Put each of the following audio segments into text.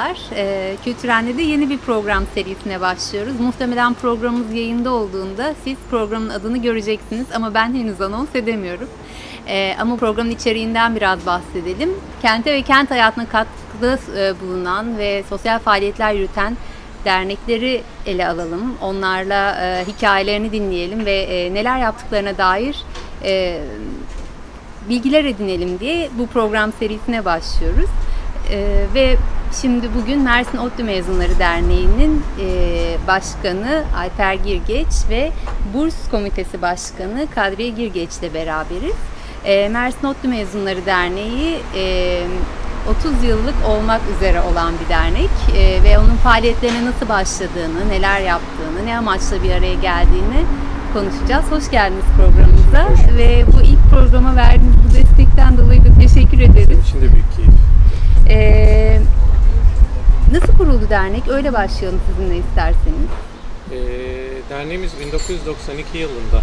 merhabalar. Kültüren'de de yeni bir program serisine başlıyoruz. Muhtemelen programımız yayında olduğunda siz programın adını göreceksiniz ama ben henüz anons edemiyorum. Ama programın içeriğinden biraz bahsedelim. Kente ve kent hayatına katkıda bulunan ve sosyal faaliyetler yürüten dernekleri ele alalım. Onlarla hikayelerini dinleyelim ve neler yaptıklarına dair bilgiler edinelim diye bu program serisine başlıyoruz. Ve şimdi bugün Mersin ODTÜ Mezunları Derneği'nin başkanı Alper Girgeç ve Burs Komitesi Başkanı Kadriye Girgeç ile beraberiz. Mersin ODTÜ Mezunları Derneği 30 yıllık olmak üzere olan bir dernek ve onun faaliyetlerine nasıl başladığını, neler yaptığını, ne amaçla bir araya geldiğini konuşacağız. Hoş geldiniz programımıza ve bu ilk programa verdiğiniz bu destekten dolayı da teşekkür ederiz. Şimdi büyük keyif. Nasıl kuruldu dernek? Öyle başlayalım sizinle isterseniz. Derneğimiz 1992 yılında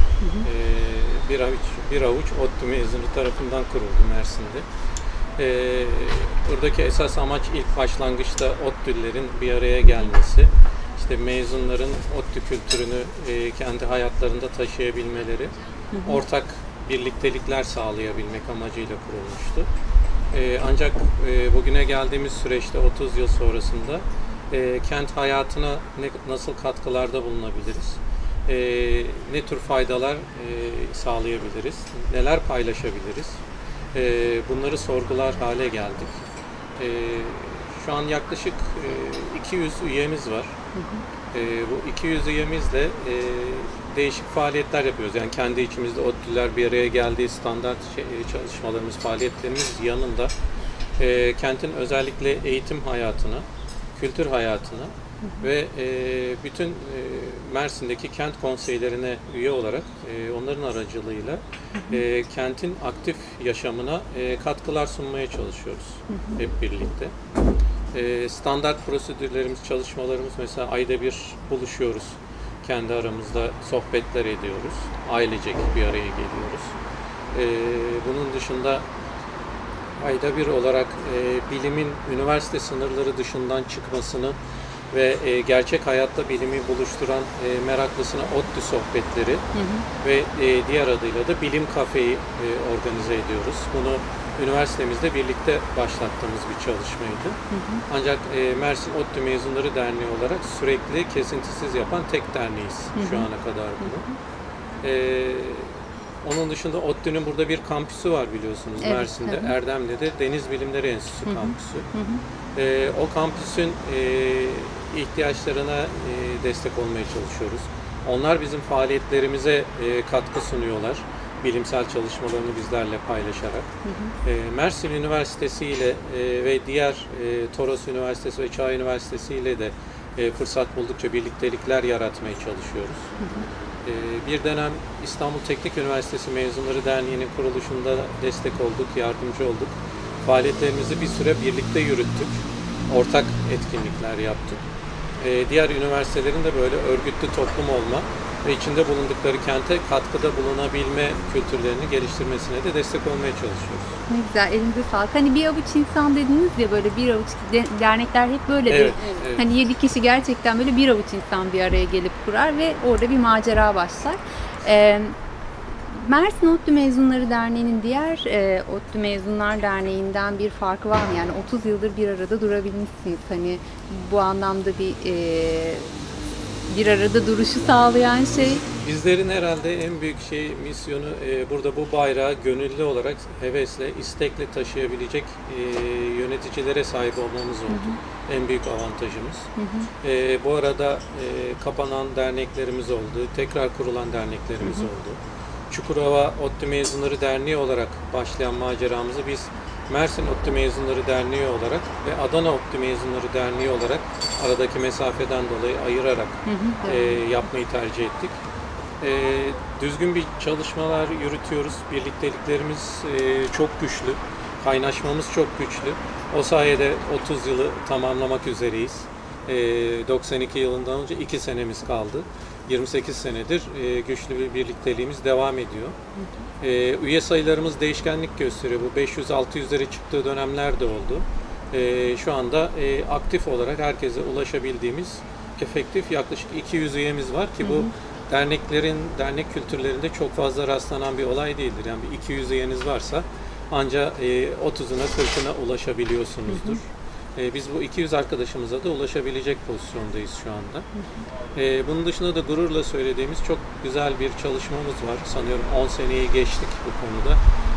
bir avuç ODTÜ mezunu tarafından kuruldu Mersin'de. Buradaki esas amaç ilk başlangıçta ODTÜ'lerin bir araya gelmesi, işte mezunların ODTÜ kültürünü kendi hayatlarında taşıyabilmeleri, ortak birliktelikler sağlayabilmek amacıyla kurulmuştu. Ancak bugüne geldiğimiz süreçte 30 yıl sonrasında kent hayatına nasıl katkılarda bulunabiliriz, ne tür faydalar sağlayabiliriz, neler paylaşabiliriz, bunları sorgular hale geldik. Şu an yaklaşık 200 üyemiz var. Bu 200 üyemizle değişik faaliyetler yapıyoruz. Yani kendi içimizde ODTÜ'ler bir araya geldiği standart çalışmalarımız, faaliyetlerimiz yanında kentin özellikle eğitim hayatına, kültür hayatına ve bütün Mersin'deki kent konseylerine üye olarak onların aracılığıyla kentin aktif yaşamına katkılar sunmaya çalışıyoruz hep birlikte. Standart prosedürlerimiz, çalışmalarımız mesela ayda bir buluşuyoruz. Kendi aramızda sohbetler ediyoruz. Ailecek bir araya geliyoruz. Bunun dışında ayda bir olarak bilimin üniversite sınırları dışından çıkmasını ve gerçek hayatta bilimi buluşturan meraklısına ODTÜ sohbetleri ve diğer adıyla da bilim kafeyi organize ediyoruz. Bunu üniversitemizde birlikte başlattığımız bir çalışmaydı. Ancak Mersin ODTÜ Mezunları Derneği olarak sürekli kesintisiz yapan tek derneğiz şu ana kadar bunu. Onun dışında ODTÜ'nün burada bir kampüsü var biliyorsunuz, evet, Mersin'de, tabii. Erdemli'de Deniz Bilimleri Enstitüsü kampüsü. O kampüsün ihtiyaçlarına destek olmaya çalışıyoruz. Onlar bizim faaliyetlerimize katkı sunuyorlar. Bilimsel çalışmalarını bizlerle paylaşarak. Mersin Üniversitesi ile ve diğer Toros Üniversitesi ve Çağ Üniversitesi ile de fırsat buldukça birliktelikler yaratmaya çalışıyoruz. Bir dönem İstanbul Teknik Üniversitesi Mezunları Derneği'nin kuruluşunda destek olduk, yardımcı olduk. Faaliyetlerimizi bir süre birlikte yürüttük. Ortak etkinlikler yaptık. Diğer üniversitelerin de böyle örgütlü toplum olma ve içinde bulundukları kente katkıda bulunabilme kültürlerini geliştirmesine de destek olmaya çalışıyoruz. Ne güzel, elinize sağlık. Hani bir avuç insan dediniz ya, böyle bir avuç dernekler hep böyledir. Evet. Hani 7 kişi gerçekten böyle bir avuç insan bir araya gelip kurar ve orada bir macera başlar. Mersin ODTÜ Mezunları Derneği'nin diğer ODTÜ Mezunlar Derneği'nden bir farkı var mı? Yani 30 yıldır bir arada durabilmişsiniz. Hani bu anlamda bir arada duruşu sağlayan şey. Bizlerin herhalde en büyük misyonu burada bu bayrağı gönüllü olarak hevesle, istekle taşıyabilecek yöneticilere sahip olmamız oldu. En büyük avantajımız. Bu arada kapanan derneklerimiz oldu, tekrar kurulan derneklerimiz oldu. Çukurova ODTÜ Mezunları Derneği olarak başlayan maceramızı biz Mersin ODTÜ Mezunları Derneği olarak ve Adana ODTÜ Mezunları Derneği olarak aradaki mesafeden dolayı ayırarak yapmayı tercih ettik. Düzgün bir çalışmalar yürütüyoruz. Birlikteliklerimiz çok güçlü. Kaynaşmamız çok güçlü. O sayede 30 yılı tamamlamak üzereyiz. 92 yılından önce 2 senemiz kaldı. 28 senedir güçlü bir birlikteliğimiz devam ediyor. Üye sayılarımız değişkenlik gösteriyor. Bu 500-600'lere çıktığı dönemler de oldu. Şu anda aktif olarak herkese ulaşabildiğimiz efektif yaklaşık 200 üyemiz var ki bu dernek kültürlerinde çok fazla rastlanan bir olay değildir. Yani bir 200 üyeniz varsa ancak 30'una 40'ına ulaşabiliyorsunuzdur. Biz bu 200 arkadaşımıza da ulaşabilecek pozisyondayız şu anda. Bunun dışında da gururla söylediğimiz çok güzel bir çalışmamız var. Sanıyorum 10 seneyi geçtik bu konuda.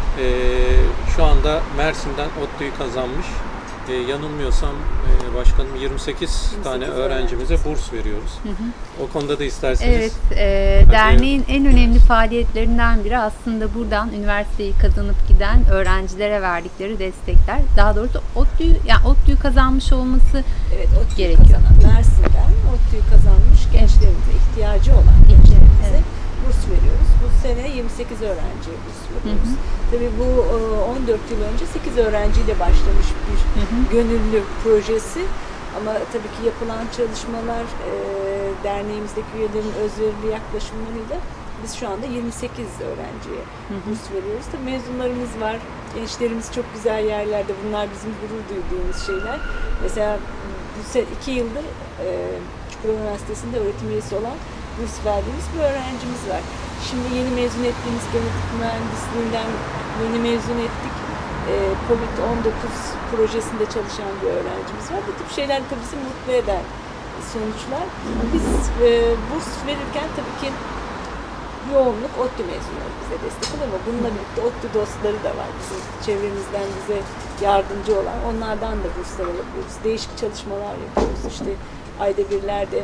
Şu anda Mersin'den ODTÜ'yü kazanmış. Yanılmıyorsam başkanım 28 tane öğrencimize burs veriyoruz. O konuda da isterseniz. Evet, derneğin en önemli faaliyetlerinden biri aslında buradan üniversiteyi kazanıp giden öğrencilere verdikleri destekler. Daha doğrusu ODTÜ'yü kazanmış olması gerekiyor. Mersin'den ODTÜ'yü kazanmış gençlerimize, ihtiyacı olan gençlerimize burs veriyoruz. Bu sene 28 öğrenciye burs veriyoruz. Tabii bu 14 yıl önce 8 öğrenciyle başlamış bir gönüllü projesi. Ama tabii ki yapılan çalışmalar, derneğimizdeki üyelerin özverili yaklaşımlarıyla biz şu anda 28 öğrenciye burs veriyoruz. Tabii mezunlarımız var, gençlerimiz çok güzel yerlerde. Bunlar bizim gurur duyduğumuz şeyler. Mesela bu 2 yıldır Çukurova Üniversitesi'nde öğretim üyesi olan burs verdiğimiz bir öğrencimiz var. Şimdi yeni mezun ettiğimiz genetik mühendisliğinden yeni mezun ettik. Covid-19 projesinde çalışan bir öğrencimiz var. Bu tip şeyler tabii bizi mutlu eden sonuçlar. Biz burs verirken tabii ki yoğunluk ODTÜ mezunları bize destek oluyor ama bununla birlikte ODTÜ dostları da var. Bizim çevremizden bize yardımcı olan. Onlardan da burslar alabiliyoruz. Değişik çalışmalar yapıyoruz. İşte ayda birlerde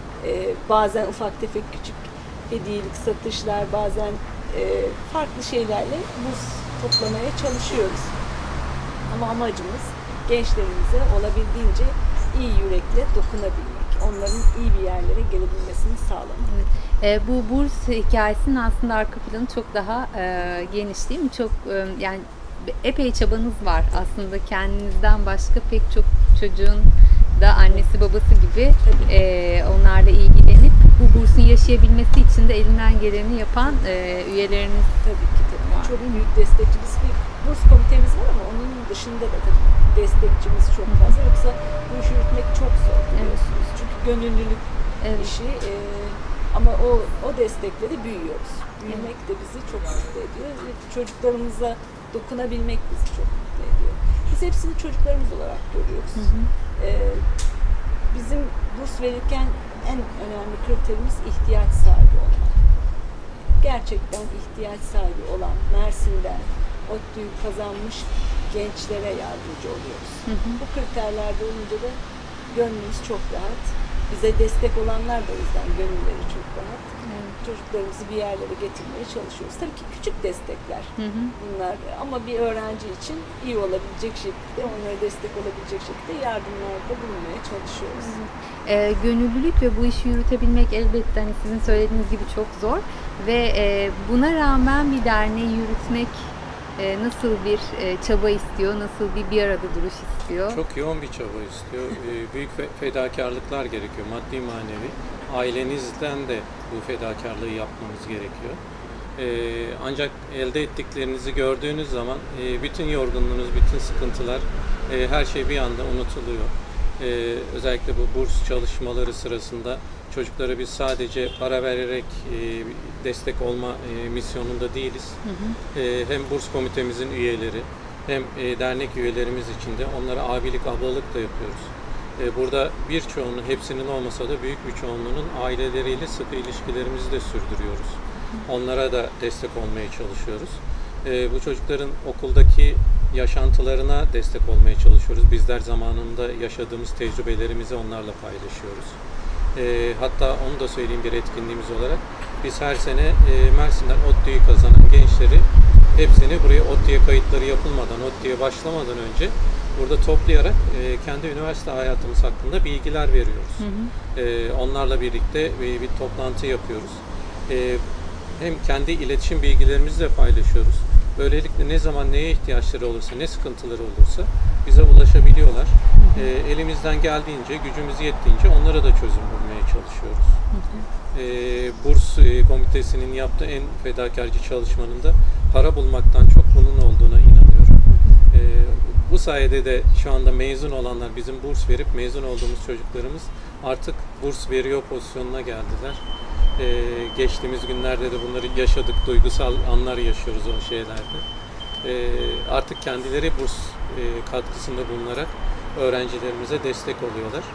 bazen ufak tefek küçük hediyelik satışlar, bazen farklı şeylerle burs toplamaya çalışıyoruz. Ama amacımız gençlerimize olabildiğince iyi yürekle dokunabilmek, onların iyi bir yerlere gelebilmesini sağlamak. Bu burs hikayesinin aslında arka planı çok daha geniş değil mi? Çok yani epey çabanız var aslında, kendinizden başka pek çok çocuğun da annesi babası gibi onlarla ilgilenip bu bursun yaşayabilmesi için de elinden geleni yapan üyeleriniz tabii ki var. Çok büyük destekçimiz bir burs komitemiz var ama onun dışında da tabii destekçimiz çok fazla. Yoksa bu işi yürütmek çok zor biliyorsunuz. Çünkü gönüllülük işi ama o destekle de büyüyoruz. Büyümek de bizi çok mutlu ediyor. Çocuklarımıza dokunabilmek bizi çok mutlu ediyor. Biz hepsini çocuklarımız olarak görüyoruz. Bizim burs verirken en önemli kriterimiz ihtiyaç sahibi olmak. Gerçekten ihtiyaç sahibi olan Mersin'den ODTÜ'yü kazanmış gençlere yardımcı oluyoruz. Bu kriterlerde olunca da gönlümüz çok rahat. Bize destek olanlar da o yüzden gönülleri çok rahat. Çocuklarımızı bir yerlere getirmeye çalışıyoruz. Tabii ki küçük destekler bunlar ama bir öğrenci için iyi olabilecek şekilde, onlara destek olabilecek şekilde yardımlarda bulunmaya çalışıyoruz. Gönüllülük ve bu işi yürütebilmek elbette hani sizin söylediğiniz gibi çok zor ve buna rağmen bir derneği yürütmek nasıl bir çaba istiyor, nasıl bir arada duruş istiyor? Çok yoğun bir çaba istiyor. Büyük fedakarlıklar gerekiyor, maddi manevi. Ailenizden de bu fedakarlığı yapmanız gerekiyor. Ancak elde ettiklerinizi gördüğünüz zaman bütün yorgunluğunuz, bütün sıkıntılar, her şey bir anda unutuluyor. Özellikle bu burs çalışmaları sırasında çocuklara biz sadece para vererek destek olma misyonunda değiliz. Hem burs komitemizin üyeleri hem dernek üyelerimiz için de onlara abilik, ablalık da yapıyoruz. Burada birçoğunun, hepsinin olmasa da büyük bir çoğunluğunun aileleriyle sıkı ilişkilerimizi de sürdürüyoruz. Onlara da destek olmaya çalışıyoruz. Bu çocukların okuldaki yaşantılarına destek olmaya çalışıyoruz. Bizler zamanında yaşadığımız tecrübelerimizi onlarla paylaşıyoruz. Hatta onu da söyleyeyim bir etkinliğimiz olarak. Biz her sene Mersin'den ODTÜ'yü kazanan gençleri hepsini buraya ODTÜ'ye kayıtları yapılmadan, ODTÜ'ye başlamadan önce burada toplayarak kendi üniversite hayatımız hakkında bilgiler veriyoruz. Onlarla birlikte bir toplantı yapıyoruz. Hem kendi iletişim bilgilerimizi de paylaşıyoruz. Böylelikle ne zaman neye ihtiyaçları olursa, ne sıkıntıları olursa bize ulaşabiliyorlar. Elimizden geldiğince, gücümüz yettiğince onlara da çözüm bulmaya çalışıyoruz. Burs komitesinin yaptığı en fedakarcı çalışmanın da para bulmaktan çok bunun olduğuna inanıyorum. Bu sayede de şu anda mezun olanlar, bizim burs verip mezun olduğumuz çocuklarımız artık burs veriyor pozisyonuna geldiler. Geçtiğimiz günlerde de bunları yaşadık, duygusal anlar yaşıyoruz o şeylerde. Artık kendileri burs katkısında bulunarak öğrencilerimize destek oluyorlar.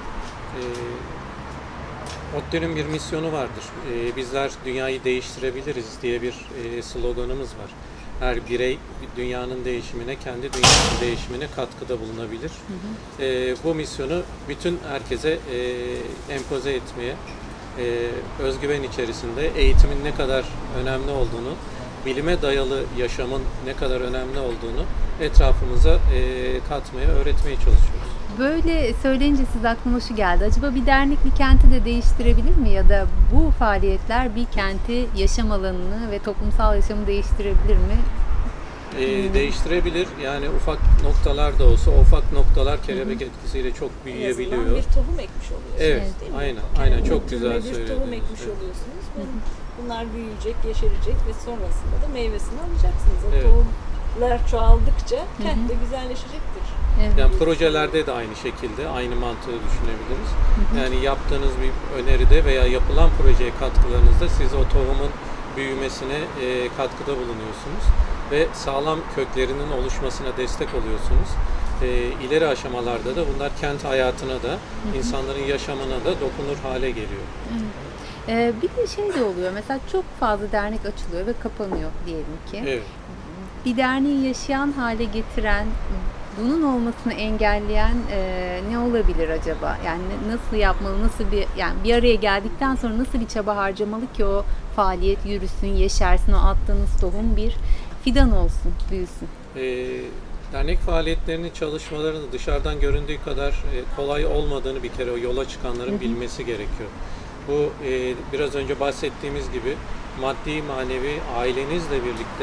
ODTÜ'nün bir misyonu vardır. Bizler dünyayı değiştirebiliriz diye bir sloganımız var. Her birey dünyanın değişimine, kendi dünyasının değişimine katkıda bulunabilir. Bu misyonu bütün herkese empoze etmeye, özgüven içerisinde eğitimin ne kadar önemli olduğunu, bilime dayalı yaşamın ne kadar önemli olduğunu etrafımıza katmaya, öğretmeye çalışıyoruz. Böyle söyleyince siz aklıma şu geldi. Acaba bir dernek bir kenti de değiştirebilir mi? Ya da bu faaliyetler bir kenti, yaşam alanını ve toplumsal yaşamı değiştirebilir mi? Değiştirebilir. Yani ufak noktalar da olsa, o ufak noktalar kelebek etkisiyle çok büyüyebiliyor. Bir tohum ekmiş oluyorsunuz, Evet, değil mi? aynen çok güzel Bir söylediniz. tohum ekmiş oluyorsunuz. Bunlar büyüyecek, yeşerecek ve sonrasında da meyvesini alacaksınız. O tohumlar çoğaldıkça kent de güzelleşecektir. Evet. Yani projelerde de aynı şekilde, aynı mantığı düşünebiliriz. Yani yaptığınız bir öneride veya yapılan projeye katkılarınızda siz o tohumun büyümesine katkıda bulunuyorsunuz ve sağlam köklerinin oluşmasına destek oluyorsunuz. İleri aşamalarda da bunlar kent hayatına da, insanların yaşamına da dokunur hale geliyor. Bir de şey de oluyor. Mesela çok fazla dernek açılıyor ve kapanıyor diyelim ki. Evet. Bir derneği yaşayan hale getiren, bunun olmasını engelleyen ne olabilir acaba? Yani nasıl yapmalı, nasıl bir araya geldikten sonra nasıl bir çaba harcamalı ki o faaliyet yürüsün, yeşersin, o attığınız tohum bir fidan olsun, büyüsün? Dernek faaliyetlerinin, çalışmalarının dışarıdan göründüğü kadar kolay olmadığını bir kere o yola çıkanların bilmesi gerekiyor. Bu biraz önce bahsettiğimiz gibi maddi, manevi, ailenizle birlikte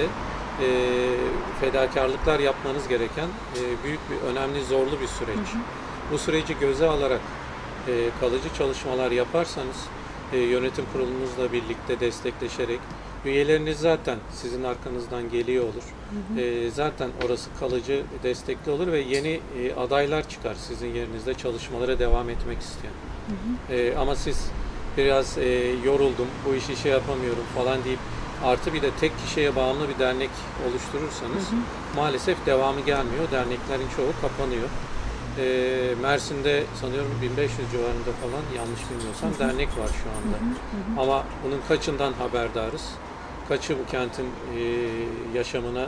fedakarlıklar yapmanız gereken büyük bir, önemli, zorlu bir süreç. Bu süreci göze alarak kalıcı çalışmalar yaparsanız, yönetim kurulunuzla birlikte destekleşerek, üyeleriniz zaten sizin arkanızdan geliyor olur. Zaten orası kalıcı, destekli olur ve yeni adaylar çıkar sizin yerinizde çalışmalara devam etmek isteyen. Ama siz biraz yoruldum, bu işi yapamıyorum falan deyip artı bir de tek kişiye bağımlı bir dernek oluşturursanız maalesef devamı gelmiyor. Derneklerin çoğu kapanıyor. Mersin'de sanıyorum 1500 civarında falan, yanlış bilmiyorsam dernek var şu anda. Ama bunun kaçından haberdarız? Kaçı bu kentin yaşamına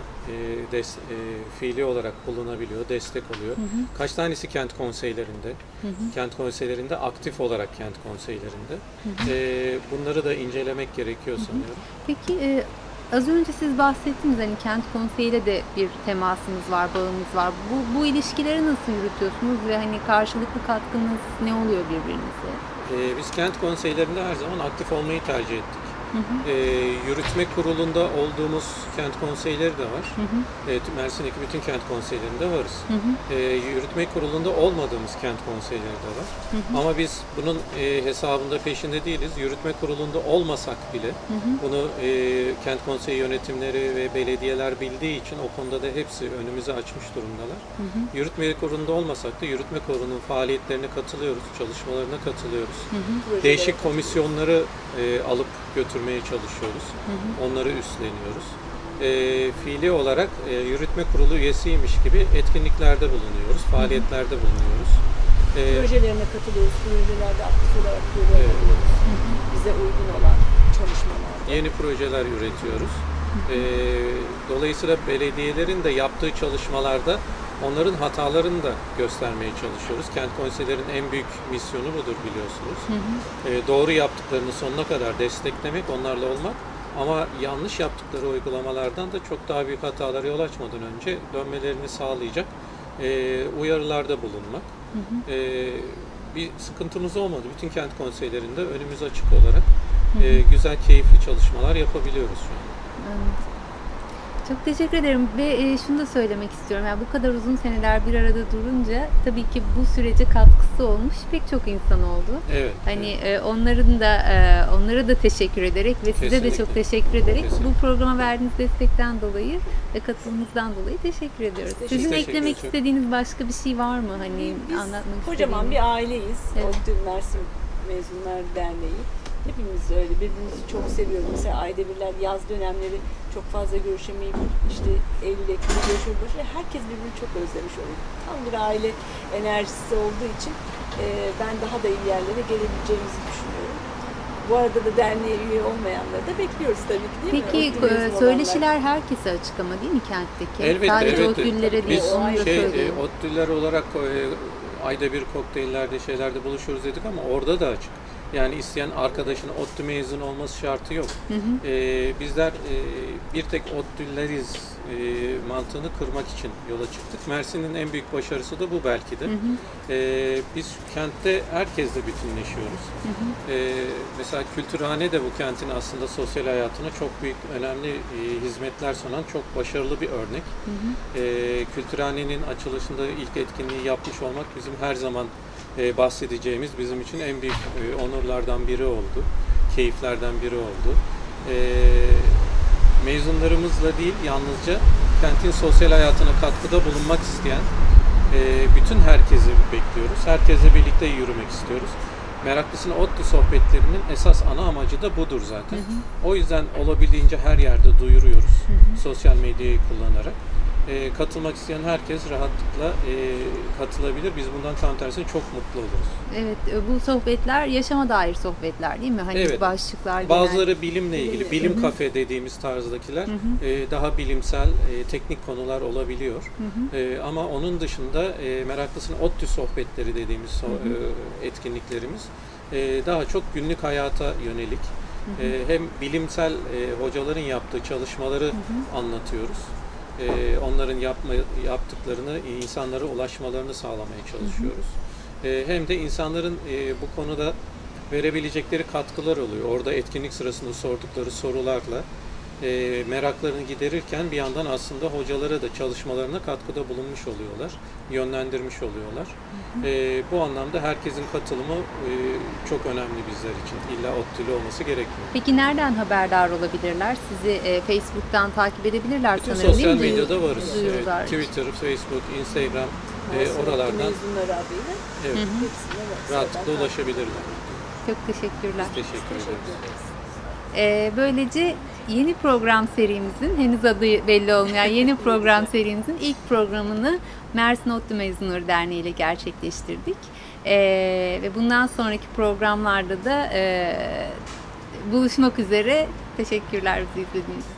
fiili olarak bulunabiliyor, destek oluyor? Kaç tanesi kent konseylerinde? Kent konseylerinde aktif olarak kent konseylerinde. Bunları da incelemek gerekiyor sanıyorum. Peki az önce siz bahsettiniz, hani kent konseyiyle de bir temasınız var, bağımız var. Bu ilişkileri nasıl yürütüyorsunuz ve hani karşılıklı katkınız ne oluyor birbirinize? Biz kent konseylerinde her zaman aktif olmayı tercih ettik. Yürütme kurulunda olduğumuz kent konseyleri de var. Mersin'deki bütün kent konseylerinde varız. Yürütme kurulunda olmadığımız kent konseyleri de var. Ama biz bunun hesabında, peşinde değiliz. Yürütme kurulunda olmasak bile bunu kent konseyi yönetimleri ve belediyeler bildiği için o konuda da hepsi önümüze açmış durumdalar. Yürütme kurulunda olmasak da yürütme kurulunun faaliyetlerine katılıyoruz, çalışmalarına katılıyoruz. Değişik komisyonları alıp götürmeye çalışıyoruz. Onları üstleniyoruz. Fiili olarak yürütme kurulu üyesiymiş gibi etkinliklerde bulunuyoruz, faaliyetlerde bulunuyoruz. Projelerine katılıyoruz, projelerde aktif olarak görüyoruz. Bize uygun olan çalışmalarda. Yeni projeler üretiyoruz. Dolayısıyla belediyelerin de yaptığı çalışmalarda onların hatalarını da göstermeye çalışıyoruz. Kent konseylerin en büyük misyonu budur, biliyorsunuz. Doğru yaptıklarını sonuna kadar desteklemek, onlarla olmak, ama yanlış yaptıkları uygulamalardan da çok daha büyük hatalara yol açmadan önce dönmelerini sağlayacak uyarılarda bulunmak. Bir sıkıntımız olmadı. Bütün kent konseylerinde önümüz açık olarak güzel, keyifli çalışmalar yapabiliyoruz şu an. Çok teşekkür ederim ve şunu da söylemek istiyorum. Yani bu kadar uzun seneler bir arada durunca tabii ki bu sürece katkısı olmuş pek çok insan oldu. Evet. Hani onlara da teşekkür ederek ve size de Kesinlikle. çok teşekkür ederek Kesinlikle. bu programa verdiğiniz destekten dolayı ve katılımınızdan dolayı teşekkür ediyoruz. Biz Sizin teşekkür eklemek ederiz. istediğiniz başka bir şey var mı? Hani Biz anlatmak kocaman istediğiniz? bir aileyiz. Evet. ODTÜ Mersin Mezunlar Derneği. Hepimiz öyle birbirimizi çok seviyoruz. Mesela ayda birler yaz dönemleri çok fazla görüşemeyip işte Eylül Ekim'de görüşüyoruz. Ve herkes birbirini çok özlemiş oluyor. Tam bir aile enerjisi olduğu için ben daha da iyi yerlere gelebileceğimizi düşünüyorum. Bu arada da derneğe üye olmayanları da bekliyoruz tabii ki, değil mi? Peki ODTÜ mezun olanlar. söyleşiler herkese açık ama değil mi kentteki? Elbette, Sadece elbette. ODTÜ'lülere değil, Biz onu da söyleyeyim. ODTÜ'lüler olarak ayda bir kokteyllerde şeylerde buluşuruz dedik ama orada da açık. Yani isteyen arkadaşın ODTÜ mezun olması şartı yok. Bizler bir tek ODTÜ'lüleriz mantığını kırmak için yola çıktık. Mersin'in en büyük başarısı da bu belki de. Biz kentte herkesle bütünleşiyoruz. Mesela Kültürhane de bu kentin aslında sosyal hayatına çok büyük, önemli hizmetler sunan çok başarılı bir örnek. Kültürhanenin açılışında ilk etkinliği yapmış olmak bizim her zaman bahsedeceğimiz, bizim için en büyük onurlardan biri oldu. Keyiflerden biri oldu. Mezunlarımızla değil, yalnızca kentin sosyal hayatına katkıda bulunmak isteyen bütün herkesi bekliyoruz. Herkesle birlikte yürümek istiyoruz. Meraklısına ODTÜ sohbetlerinin esas ana amacı da budur zaten. O yüzden olabildiğince her yerde duyuruyoruz. Sosyal medyayı kullanarak. Katılmak isteyen herkes rahatlıkla katılabilir. Biz bundan tam tersine çok mutlu oluruz. Evet, bu sohbetler yaşama dair sohbetler değil mi? Hani Evet. başlıklar Bazıları bilimle ilgili, bilim kafe dediğimiz tarzdakiler daha bilimsel, teknik konular olabiliyor. Ama onun dışında meraklısının ODTÜ sohbetleri dediğimiz etkinliklerimiz daha çok günlük hayata yönelik. Hem bilimsel hocaların yaptığı çalışmaları anlatıyoruz. Onların yaptıklarını insanlara ulaşmalarını sağlamaya çalışıyoruz. Hem de insanların bu konuda verebilecekleri katkılar oluyor. Orada etkinlik sırasında sordukları sorularla meraklarını giderirken bir yandan aslında hocalara da çalışmalarına katkıda bulunmuş oluyorlar, yönlendirmiş oluyorlar. Bu anlamda herkesin katılımı çok önemli bizler için. İlla ODTÜ'lü olması gerekmiyor. Peki nereden haberdar olabilirler? Sizi Facebook'tan takip edebilirler Bütün sanırım değil mi? sosyal medyada varız. Duyurular. Twitter, Facebook, Instagram, oralardan Mezunları adıyla hepsine rahatlıkla ulaşabilirler. Çok teşekkürler. Teşekkür ederiz. Böylece yeni program serimizin, henüz adı belli olmayan yeni program serimizin ilk programını Mersin ODTÜ Mezunları Derneği ile gerçekleştirdik. Ve bundan sonraki programlarda da buluşmak üzere. Teşekkürler bizi izlediğiniz için.